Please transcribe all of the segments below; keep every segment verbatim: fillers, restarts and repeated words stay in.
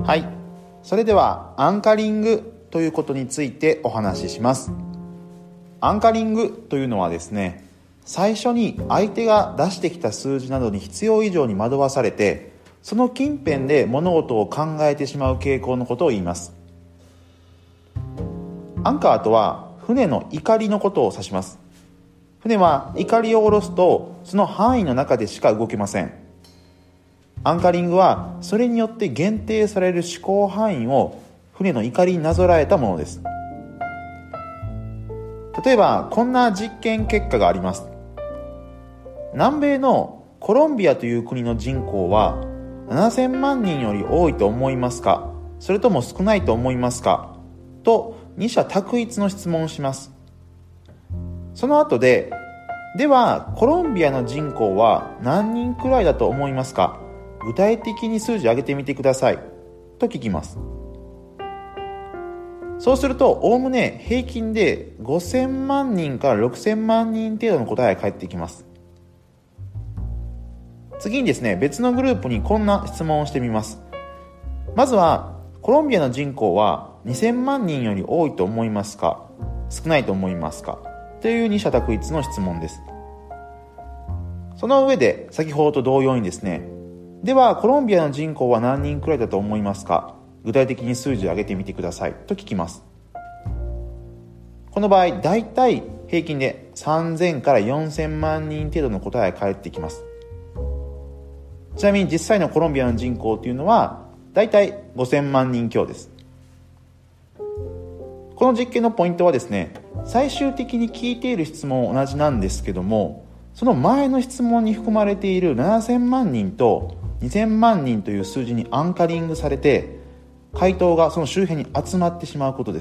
はい、それではアンカリングということについてお話しします。アンカリングというのはですね、最初に相手が出してきた数字などに必要以上に惑わされて、その近辺で物事を考えてしまう傾向のことを言います。アンカーとは船の錨のことを指します。船は錨を下ろすとその範囲の中でしか動けません。アンカリングはそれによって限定される思考範囲を船の錨になぞらえたものです。例えばこんな実験結果があります。南米のコロンビアという国の人口はななせんまんにんより多いと思いますか、それとも少ないと思いますかと二者択一の質問をします。その後で、ではコロンビアの人口は何人くらいだと思いますか、具体的に数字上げてみてくださいと聞きます。そうするとおおむね平均でごせんまんにんからろくせんまんにん程度の答えが返ってきます。次にですね、別のグループにこんな質問をしてみます。まずはコロンビアの人口はにせんまんにんより多いと思いますか、少ないと思いますかという二者択一の質問です。その上で先ほどと同様にですね、ではコロンビアの人口は何人くらいだと思いますか、具体的に数字を上げてみてくださいと聞きます。この場合だいたい平均でさんぜんからよんせんまんにん程度の答えが返ってきます。ちなみに実際のコロンビアの人口というのはだいたいごせんまんにん強です。この実験のポイントはですね、最終的に聞いている質問は同じなんですけども、その前の質問に含まれているななせんまんにんとにせんまんにんという数字にアンカリングされて、回答がその周辺に集まってしまうことです。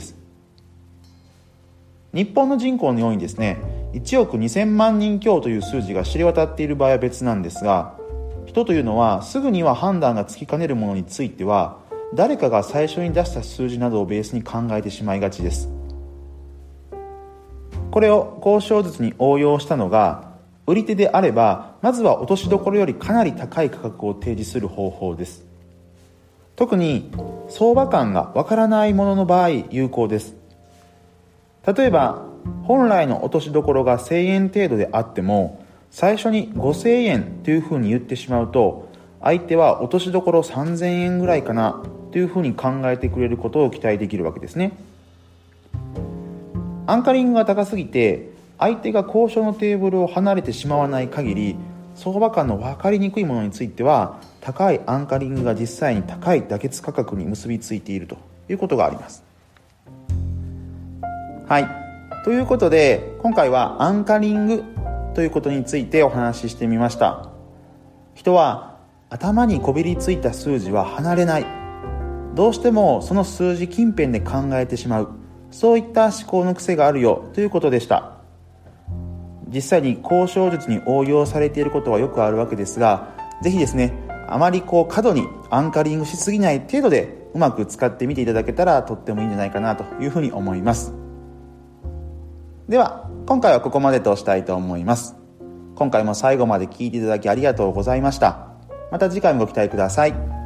日本の人口のようにですね、いちおくにせんまんにん強という数字が知れ渡っている場合は別なんですが、人というのはすぐには判断がつきかねるものについては、誰かが最初に出した数字などをベースに考えてしまいがちです。これを交渉術に応用したのが、売り手であればまずは落としどころよりかなり高い価格を提示する方法です。特に相場感がわからないものの場合有効です。例えば本来の落としどころがせんえん程度であっても、最初にごせんえんというふうに言ってしまうと、相手は落としどころさんぜんえんぐらいかなというふうに考えてくれることを期待できるわけですね。アンカリングが高すぎて相手が交渉のテーブルを離れてしまわない限り、相場感の分かりにくいものについては高いアンカリングが実際に高い妥結価格に結びついているということがあります。はい、ということで今回はアンカリングということについてお話ししてみました。人は頭にこびりついた数字は離れない、どうしてもその数字近辺で考えてしまう、そういった思考の癖があるよということでした。実際に交渉術に応用されていることはよくあるわけですが、ぜひですね、あまりこう過度にアンカリングしすぎない程度でうまく使ってみていただけたらとってもいいんじゃないかなというふうに思います。では今回はここまでとしたいと思います。今回も最後まで聞いていただきありがとうございました。また次回もご期待ください。